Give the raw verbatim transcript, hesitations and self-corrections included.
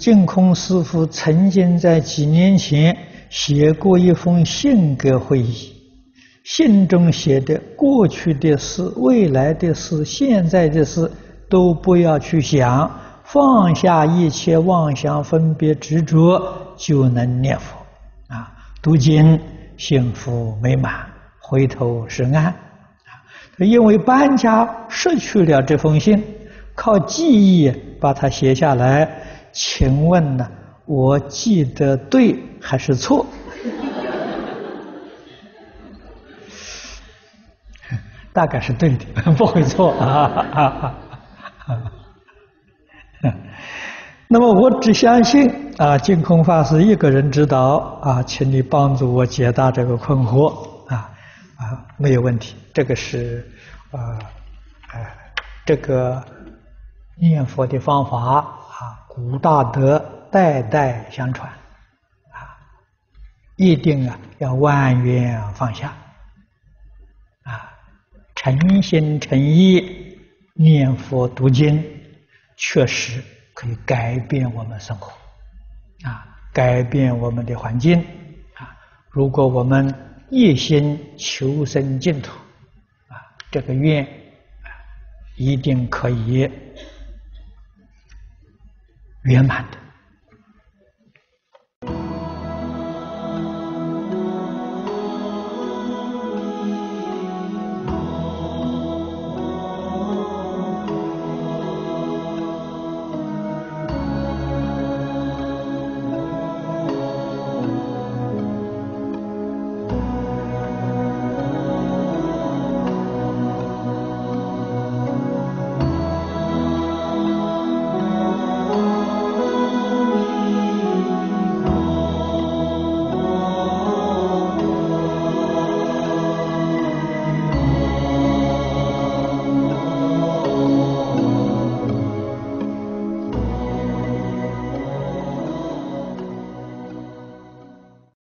净空师父曾经在几年前写过一封信给慧议，信中写的过去的事、未来的事、现在的事都不要去想，放下一切妄想、分别、执着，就能念佛啊，读经幸福美满，回头是岸啊。因为搬家失去了这封信，靠记忆把它写下来。请问呢，我记得对还是错？大概是对的，不会错啊。那么我只相信啊，净空法师一个人指导啊，请你帮助我解答这个困惑啊啊，没有问题。这个是啊呃这个念佛的方法啊，古大德代代相传啊，一定啊要万缘放下啊，诚心诚意念佛读经，确实可以改变我们生活啊，改变我们的环境啊。如果我们一心求生净土啊，这个愿啊一定可以圆满的。